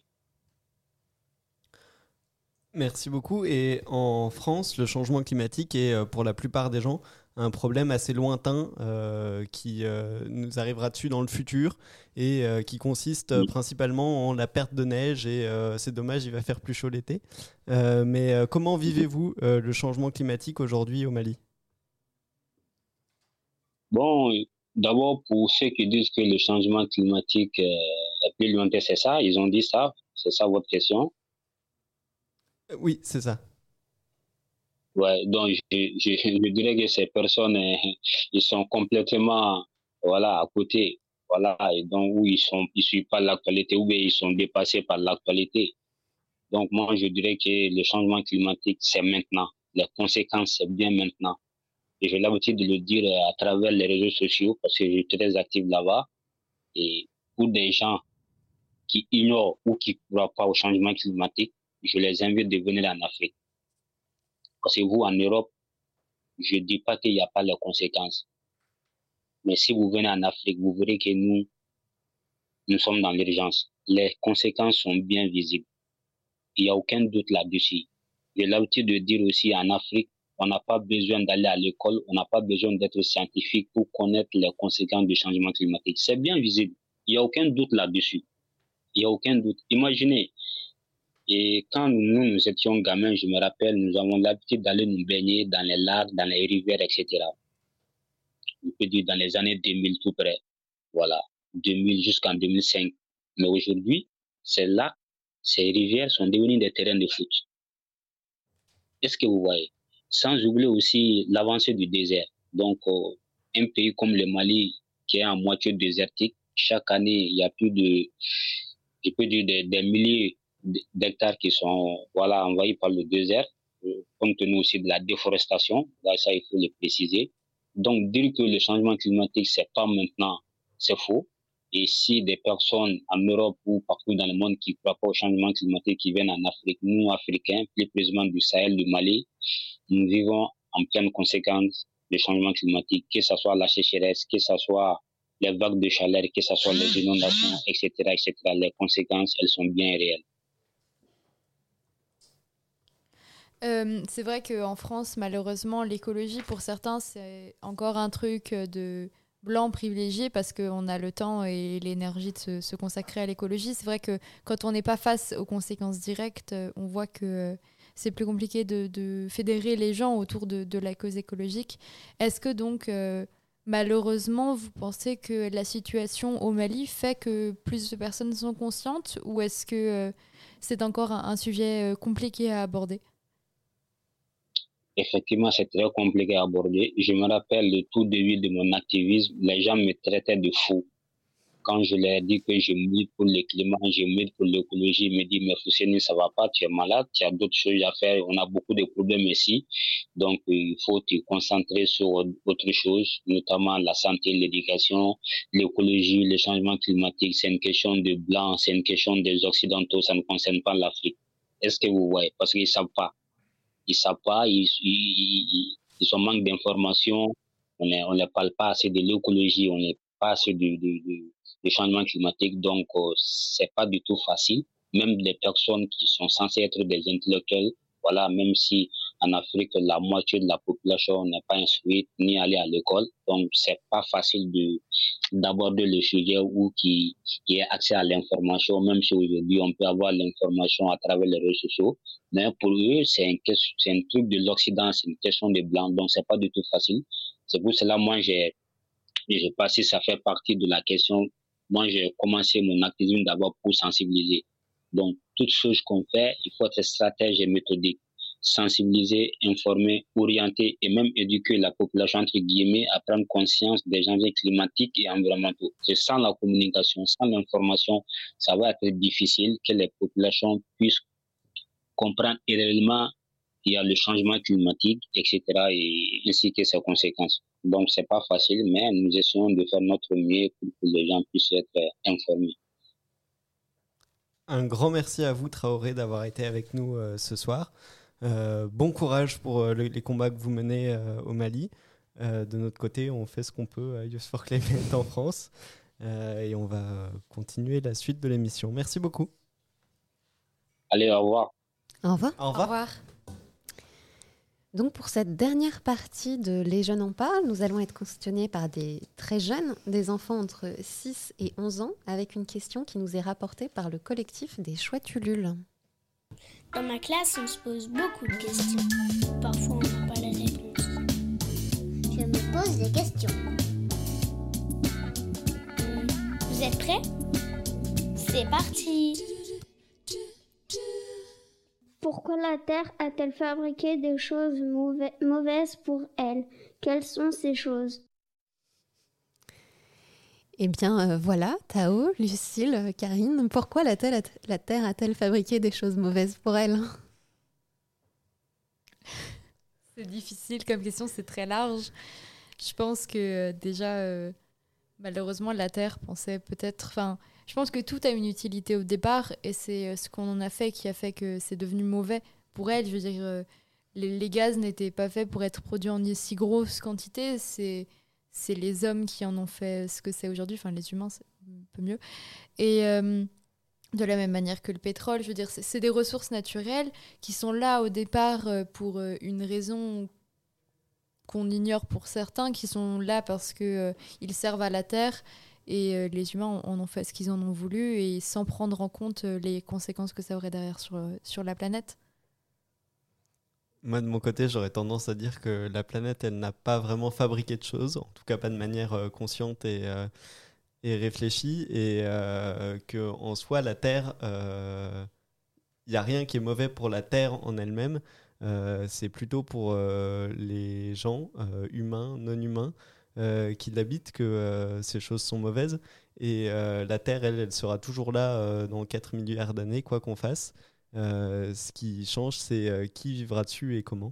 Merci beaucoup. Et en France, le changement climatique est pour la plupart des gens un problème assez lointain euh, qui euh, nous arrivera dessus dans le futur et euh, qui consiste oui. principalement en la perte de neige et euh, c'est dommage, il va faire plus chaud l'été. Euh, mais euh, comment vivez-vous euh, le changement climatique aujourd'hui au Mali ? Bon, d'abord pour ceux qui disent que le changement climatique est plus lointain, c'est ça, ils ont dit ça, c'est ça votre question ? Oui, c'est ça. Ouais, donc je, je, je dirais que ces personnes, ils sont complètement, voilà, à côté, voilà, et donc où ils sont, ils suivent pas l'actualité, ou bien ils sont dépassés par l'actualité. Donc moi, je dirais que le changement climatique, c'est maintenant. Les conséquences, c'est bien maintenant. Et j'ai l'habitude de le dire à travers les réseaux sociaux parce que je suis très actif là-bas. Et pour des gens qui ignorent ou qui ne croient pas au changement climatique, je les invite de venir en Afrique. Parce que vous, en Europe, je ne dis pas qu'il n'y a pas les conséquences. Mais si vous venez en Afrique, vous verrez que nous, nous sommes dans l'urgence. Les conséquences sont bien visibles. Il n'y a aucun doute là-dessus. J'ai l'habitude de dire aussi en Afrique, on n'a pas besoin d'aller à l'école, on n'a pas besoin d'être scientifique pour connaître les conséquences du changement climatique. C'est bien visible. Il n'y a aucun doute là-dessus. Il n'y a aucun doute. Imaginez, et quand nous, nous étions gamins, je me rappelle, nous avons l'habitude d'aller nous baigner dans les lacs, dans les rivières, et cetera. On peut dire dans les années deux mille tout près. Voilà, deux mille jusqu'en deux mille cinq. Mais aujourd'hui, ces lacs, ces rivières sont devenus des terrains de foot. Est-ce que vous voyez? Sans oublier aussi l'avancée du désert. Donc, euh, un pays comme le Mali, qui est en moitié désertique, chaque année, il y a plus de, je peux dire, des, des milliers d'hectares qui sont voilà, envahis par le désert, compte tenu aussi de la déforestation. Là, ça, il faut le préciser. Donc, dire que le changement climatique, c'est pas maintenant, c'est faux. Et si des personnes en Europe ou partout dans le monde qui ne croient pas au changement climatique, qui viennent en Afrique, nous, Africains, plus précisément du Sahel, du Mali, nous vivons en pleine conséquence du changement climatique, que ce soit la sécheresse, que ce soit les vagues de chaleur, que ce soit les inondations, et cetera, et cetera. Les conséquences, elles sont bien réelles. Euh, c'est vrai qu'en France, malheureusement, l'écologie, pour certains, c'est encore un truc de blanc privilégié parce qu'on a le temps et l'énergie de se, se consacrer à l'écologie. C'est vrai que quand on n'est pas face aux conséquences directes, on voit que c'est plus compliqué de, de fédérer les gens autour de, de la cause écologique. Est-ce que donc, euh, malheureusement, vous pensez que la situation au Mali fait que plus de personnes sont conscientes, ou est-ce que euh, c'est encore un, un sujet euh, compliqué à aborder ? Effectivement, c'est très compliqué à aborder. Je me rappelle le tout début de mon activisme, les gens me traitaient de fou. Quand je leur ai dit que je milite pour le climat, je milite pour l'écologie, ils me disent, mais Fousseni, ça va pas, tu es malade, tu as d'autres choses à faire, on a beaucoup de problèmes ici. Donc, il faut te concentrer sur autre chose, notamment la santé, l'éducation, l'écologie, le changement climatique. C'est une question de blanc, c'est une question des Occidentaux, ça ne concerne pas l'Afrique. Est-ce que vous voyez? Parce qu'ils ne savent pas. Ils ne savent pas, ils, ils, ils ont manque d'informations, on ne on ne parle pas assez de l'écologie, on ne parle pas assez du, du, du, du changement climatique, donc euh, ce n'est pas du tout facile. Même des personnes qui sont censées être des intellectuels, voilà, même si en Afrique, la moitié de la population n'est pas instruite ni allée à l'école, donc ce n'est pas facile de, d'aborder le sujet ou qui, qui ait accès à l'information, même si aujourd'hui on peut avoir l'information à travers les réseaux sociaux. Mais pour eux, c'est un, c'est un truc de l'Occident, c'est une question de blanc, donc c'est pas du tout facile. C'est pour cela, moi, j'ai, j'ai passé, ça fait partie de la question. Moi, j'ai commencé mon activisme d'abord pour sensibiliser. Donc, toutes choses qu'on fait, il faut être stratège et méthodique. Sensibiliser, informer, orienter et même éduquer la population, entre guillemets, à prendre conscience des enjeux climatiques et environnementaux. Et sans la communication, sans l'information, ça va être difficile que les populations puissent comprendre réellement qu'il y a le changement climatique, et cetera, et ainsi que ses conséquences. Donc, c'est pas facile, mais nous essayons de faire notre mieux pour que les gens puissent être informés. Un grand merci à vous, Traoré, d'avoir été avec nous euh, ce soir. Euh, bon courage pour euh, le, les combats que vous menez euh, au Mali. Euh, de notre côté, on fait ce qu'on peut à Youth for Climate en France. Euh, et on va continuer la suite de l'émission. Merci beaucoup. Allez, au revoir. Au revoir. Au revoir. Au revoir. Donc pour cette dernière partie de Les Jeunes en parlent, nous allons être questionnés par des très jeunes, des enfants entre six et onze ans, avec une question qui nous est rapportée par le collectif des Chouettes Ulules. Dans ma classe, on se pose beaucoup de questions. Parfois, on n'a pas les réponses. Je me pose des questions. Vous êtes prêts? C'est parti! Pourquoi la Terre a-t-elle fabriqué des choses mauvais, mauvaises pour elle? Quelles sont ces choses? Eh bien euh, voilà, Tao, Lucille, Karine, pourquoi la, telle, la Terre a-t-elle fabriqué des choses mauvaises pour elle? C'est difficile comme question, c'est très large. Je pense que euh, déjà, euh, malheureusement, la Terre pensait peut-être... Enfin, je pense que tout a une utilité au départ et c'est euh, ce qu'on en a fait qui a fait que c'est devenu mauvais pour elle. Je veux dire, euh, les, les gaz n'étaient pas faits pour être produits en si grosse quantité. C'est, c'est les hommes qui en ont fait ce que c'est aujourd'hui. Enfin, les humains, c'est un peu mieux. Et... Euh, de la même manière que le pétrole, je veux dire, c'est, c'est des ressources naturelles qui sont là au départ euh, pour euh, une raison qu'on ignore pour certains, qui sont là parce qu'ils euh, servent à la Terre et euh, les humains en ont fait ce qu'ils en ont voulu et sans prendre en compte euh, les conséquences que ça aurait derrière sur, euh, sur la planète. Moi, de mon côté, j'aurais tendance à dire que la planète, elle n'a pas vraiment fabriqué de choses, en tout cas pas de manière euh, consciente et... Euh et réfléchi, et euh, qu'en soi, la Terre, il euh, n'y a rien qui est mauvais pour la Terre en elle-même, euh, c'est plutôt pour euh, les gens, euh, humains, non-humains, euh, qui l'habitent, que euh, ces choses sont mauvaises, et euh, la Terre, elle, elle sera toujours là euh, dans quatre milliards d'années, quoi qu'on fasse. Euh, ce qui change, c'est euh, qui vivra dessus et comment.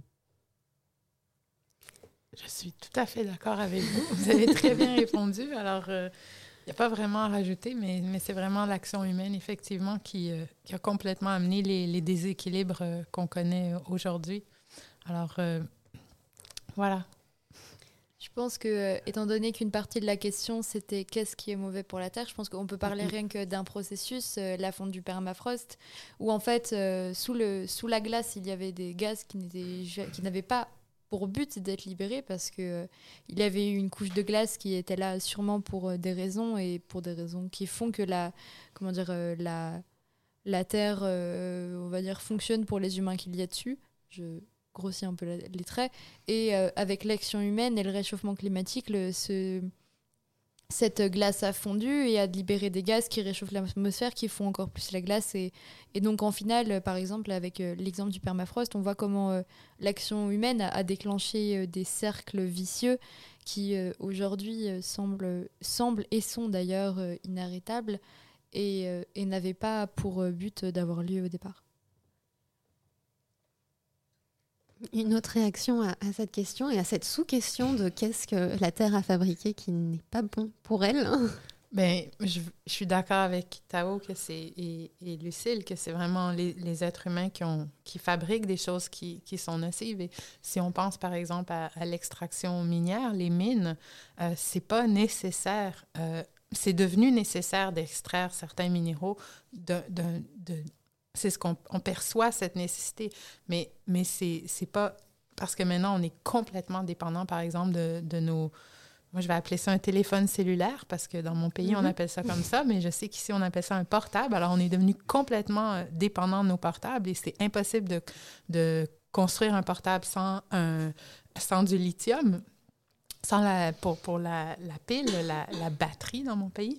Je suis tout à fait d'accord avec vous, vous avez très bien répondu, alors... Euh... n'y a pas vraiment à rajouter, mais, mais c'est vraiment l'action humaine, effectivement, qui, euh, qui a complètement amené les, les déséquilibres euh, qu'on connaît aujourd'hui. Alors, euh, voilà. Je pense que, euh, étant donné qu'une partie de la question, c'était qu'est-ce qui est mauvais pour la Terre, je pense qu'on peut parler rien que d'un processus, euh, la fonte du permafrost, où en fait, euh, sous, le, sous la glace, il y avait des gaz qui, n'étaient, qui n'avaient pas pour but d'être libérés, parce qu'il euh, y avait eu une couche de glace qui était là sûrement pour euh, des raisons, et pour des raisons qui font que la, comment dire, euh, la, la Terre, euh, on va dire, fonctionne pour les humains qu'il y a dessus. Je... grossit un peu les traits, et euh, avec l'action humaine et le réchauffement climatique, le, ce, cette glace a fondu et a libéré des gaz qui réchauffent l'atmosphère, qui font encore plus la glace, et, et donc en final, par exemple, avec euh, l'exemple du permafrost, on voit comment euh, l'action humaine a, a déclenché euh, des cercles vicieux qui euh, aujourd'hui euh, semblent, semblent et sont d'ailleurs euh, inarrêtables, et, euh, et n'avaient pas pour euh, but d'avoir lieu au départ. Une autre réaction à, à cette question et à cette sous-question de qu'est-ce que la Terre a fabriqué qui n'est pas bon pour elle. Bien, je, je suis d'accord avec Tao que c'est, et, et Lucille, que c'est vraiment les, les êtres humains qui, ont, qui fabriquent des choses qui, qui sont nocives. Et si on pense, par exemple, à, à l'extraction minière, les mines, euh, c'est pas nécessaire. Euh, c'est devenu nécessaire d'extraire certains minéraux de... de, de c'est ce qu'on on perçoit, cette nécessité. Mais, mais c'est, c'est pas... Parce que maintenant, on est complètement dépendant, par exemple, de, de nos... Moi, je vais appeler ça un téléphone cellulaire, parce que dans mon pays, mm-hmm. on appelle ça comme ça, mais je sais qu'ici, on appelle ça un portable. Alors, on est devenu complètement dépendant de nos portables, et c'est impossible de, de construire un portable sans, un, sans du lithium, sans la, pour, pour la, la pile, la, la batterie dans mon pays.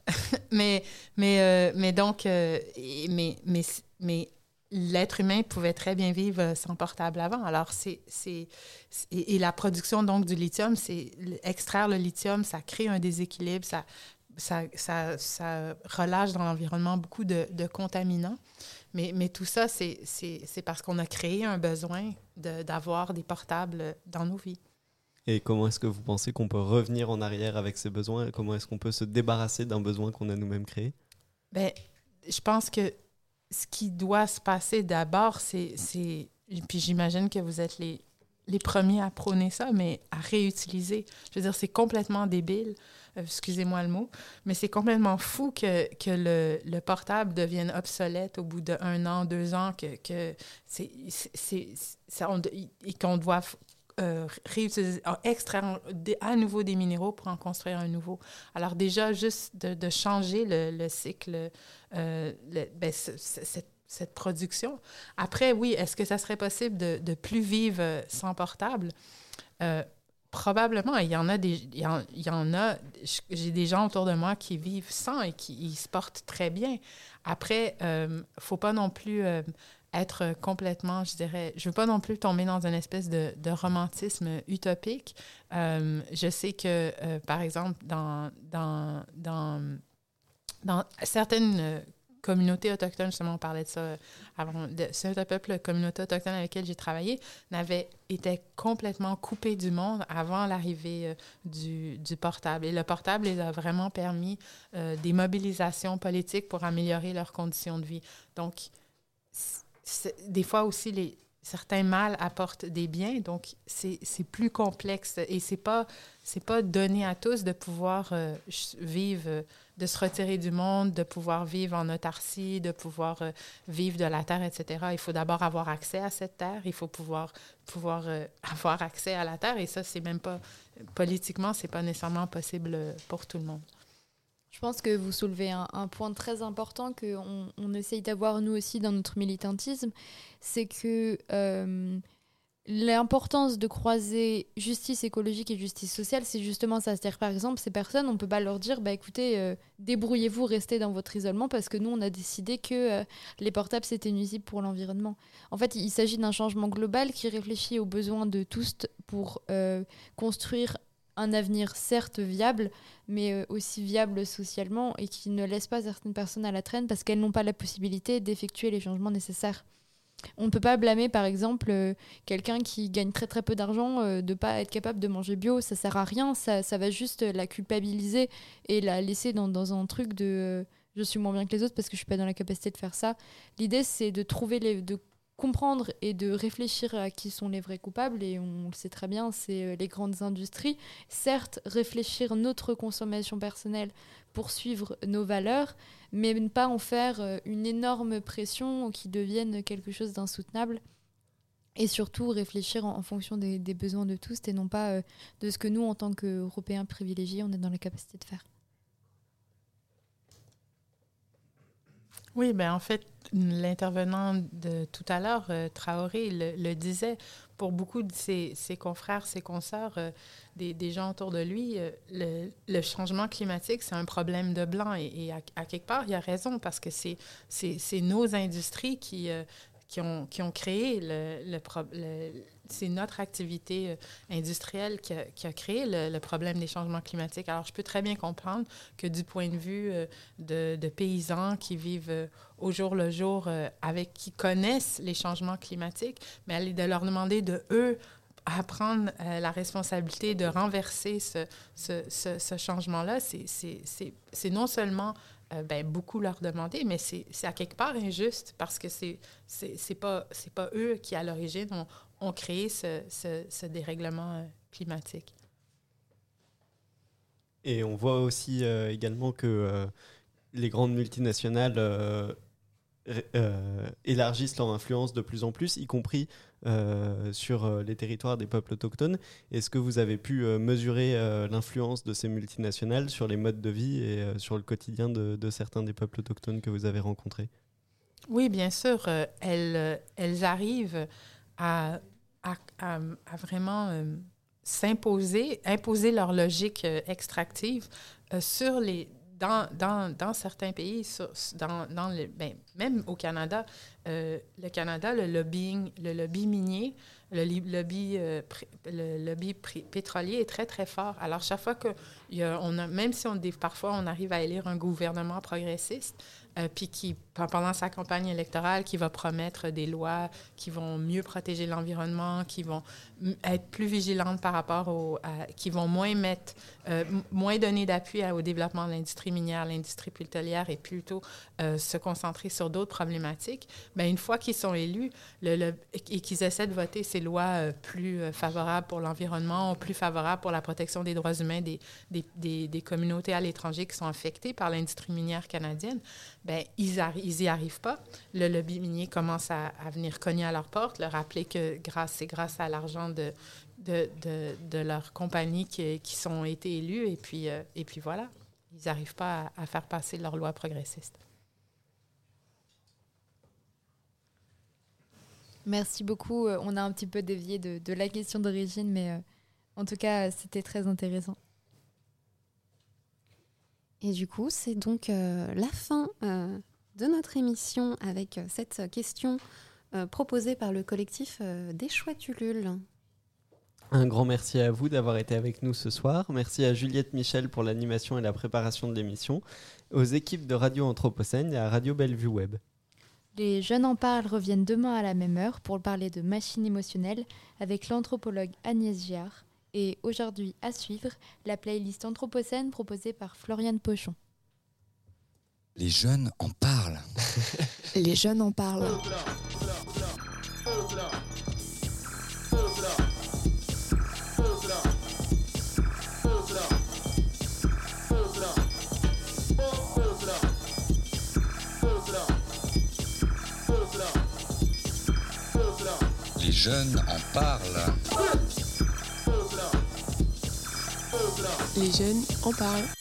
mais, mais, euh, mais donc, euh, mais, mais, mais l'être humain pouvait très bien vivre sans portable avant. Alors, c'est, c'est, c'est et, et la production donc du lithium, c'est extraire le lithium, ça crée un déséquilibre, ça, ça, ça, ça relâche dans l'environnement beaucoup de, de contaminants. Mais, mais tout ça, c'est, c'est, c'est parce qu'on a créé un besoin de, d'avoir des portables dans nos vies. Et comment est-ce que vous pensez qu'on peut revenir en arrière avec ces besoins? Comment est-ce qu'on peut se débarrasser d'un besoin qu'on a nous-mêmes créé? Bien, je pense que ce qui doit se passer d'abord, c'est... c'est puis j'imagine que vous êtes les, les premiers à prôner ça, mais à réutiliser. Je veux dire, c'est complètement débile, euh, excusez-moi le mot, mais c'est complètement fou que, que le, le portable devienne obsolète au bout d'un an, deux ans, que, que c'est, c'est, c'est, c'est, on, et qu'on doit... Euh, réutiliser, extraire à nouveau des minéraux pour en construire un nouveau. Alors déjà, juste de, de changer le, le cycle, euh, le, ben, ce, ce, cette, cette production. Après, oui, est-ce que ça serait possible de, de plus vivre sans portable? Euh, probablement. Il y en a des, il y en, il y en a, j'ai des gens autour de moi qui vivent sans et qui ils se portent très bien. Après, il euh, ne faut pas non plus... Euh, être complètement, je dirais, je veux pas non plus tomber dans une espèce de, de romantisme utopique. Euh, je sais que, euh, par exemple, dans, dans, dans, dans certaines communautés autochtones, justement, on parlait de ça avant, de, certains peuples, communautés autochtones avec lesquelles j'ai travaillé, n'avaient été complètement coupés du monde avant l'arrivée euh, du, du portable. Et le portable les a vraiment permis euh, des mobilisations politiques pour améliorer leurs conditions de vie. Donc, c'est, des fois aussi, les, certains mâles apportent des biens, donc c'est, c'est plus complexe et c'est pas, c'est pas donné à tous de pouvoir euh, vivre, de se retirer du monde, de pouvoir vivre en autarcie, de pouvoir euh, vivre de la terre, et cetera. Il faut d'abord avoir accès à cette terre, il faut pouvoir, pouvoir euh, avoir accès à la terre et ça, c'est même pas, politiquement, c'est pas nécessairement possible pour tout le monde. Je pense que vous soulevez un, un point très important qu'on on essaye d'avoir nous aussi dans notre militantisme, c'est que euh, l'importance de croiser justice écologique et justice sociale, c'est justement ça. C'est-à-dire, par exemple, ces personnes, on ne peut pas leur dire bah, « écoutez, euh, débrouillez-vous, restez dans votre isolement » parce que nous, on a décidé que euh, les portables, c'était nuisible pour l'environnement. En fait, il s'agit d'un changement global qui réfléchit aux besoins de tous pour euh, construire un avenir certes viable, mais aussi viable socialement et qui ne laisse pas certaines personnes à la traîne parce qu'elles n'ont pas la possibilité d'effectuer les changements nécessaires. On ne peut pas blâmer, par exemple, euh, quelqu'un qui gagne très très peu d'argent euh, de ne pas être capable de manger bio. Ça ne sert à rien, ça, ça va juste la culpabiliser et la laisser dans, dans un truc de euh, « je suis moins bien que les autres parce que je ne suis pas dans la capacité de faire ça ». L'idée, c'est de trouver les... de comprendre et de réfléchir à qui sont les vrais coupables, et on le sait très bien, c'est les grandes industries. Certes, réfléchir notre consommation personnelle pour suivre nos valeurs, mais ne pas en faire une énorme pression qui devienne quelque chose d'insoutenable, et surtout réfléchir en, en fonction des, des besoins de tous et non pas euh, de ce que nous, en tant qu'Européens privilégiés, on est dans la capacité de faire. Oui, ben en fait, l'intervenant de tout à l'heure, euh, Traoré, le, le disait, pour beaucoup de ses, ses confrères, ses consoeurs, euh, des, des gens autour de lui, euh, le, le changement climatique, c'est un problème de blanc. Et, et à, à quelque part, il a raison, parce que c'est, c'est, c'est nos industries qui, euh, qui, ont, qui ont créé le, le, pro, le c'est notre activité industrielle qui a, qui a créé le, le problème des changements climatiques. Alors, je peux très bien comprendre que du point de vue de, de paysans qui vivent au jour le jour, avec, qui connaissent les changements climatiques, mais aller de leur demander de eux à prendre euh, la responsabilité de renverser ce, ce, ce, ce changement-là, c'est, c'est, c'est, c'est non seulement euh, ben, beaucoup leur demander, mais c'est, c'est à quelque part injuste, parce que c'est, c'est, c'est pas, c'est pas eux qui, à l'origine, ont, ont créé ce, ce, ce dérèglement euh, climatique. Et on voit aussi euh, également que euh, les grandes multinationales euh, euh, élargissent leur influence de plus en plus, y compris euh, sur euh, les territoires des peuples autochtones. Est-ce que vous avez pu euh, mesurer euh, l'influence de ces multinationales sur les modes de vie et euh, sur le quotidien de, de certains des peuples autochtones que vous avez rencontrés? Oui, bien sûr. Euh, elles, elles arrivent à, à, à, à vraiment euh, s'imposer, imposer leur logique euh, extractive euh, sur les... Dans, dans, dans certains pays, sur, dans, dans le, ben, même au Canada, euh, le Canada, le lobbying, le lobby minier, le lobby, euh, pr- le lobby pr- pétrolier est très, très fort. Alors, chaque fois que, y a, on a, même si on, parfois on arrive à élire un gouvernement progressiste, euh, puis qui, pendant sa campagne électorale, qui va promettre des lois qui vont mieux protéger l'environnement, qui vont m- être plus vigilantes par rapport au... À, qui vont moins mettre... Euh, m- moins donner d'appui à, au développement de l'industrie minière, l'industrie pétrolière, et plutôt euh, se concentrer sur d'autres problématiques, bien, une fois qu'ils sont élus le, le, et qu'ils essaient de voter ces lois euh, plus euh, favorables pour l'environnement, ou plus favorables pour la protection des droits humains des, des, des, des communautés à l'étranger qui sont affectées par l'industrie minière canadienne, bien, ils arri- ils n'y arrivent pas. Le lobby minier commence à, à venir cogner à leur porte, leur rappeler que grâce, c'est grâce à l'argent de, de, de, de leurs compagnies qui, qui sont été élues, et puis, euh, et puis voilà, ils n'arrivent pas à, à faire passer leurs lois progressistes. Merci beaucoup. On a un petit peu dévié de, de la question d'origine, mais euh, en tout cas, c'était très intéressant. Et du coup, c'est donc euh, la fin euh, de notre émission avec euh, cette question euh, proposée par le collectif euh, des Chouettes Ulule. Un grand merci à vous d'avoir été avec nous ce soir. Merci à Juliette Michel pour l'animation et la préparation de l'émission, aux équipes de Radio Anthropocène et à Radio Bellevue Web. Les Jeunes en parlent reviennent demain à la même heure pour parler de machines émotionnelles avec l'anthropologue Agnès Giard. Et aujourd'hui, à suivre, la playlist Anthropocène proposée par Floriane Pochon. Les jeunes en parlent. Les jeunes en parlent. Les jeunes en parlent. Les jeunes en parlent.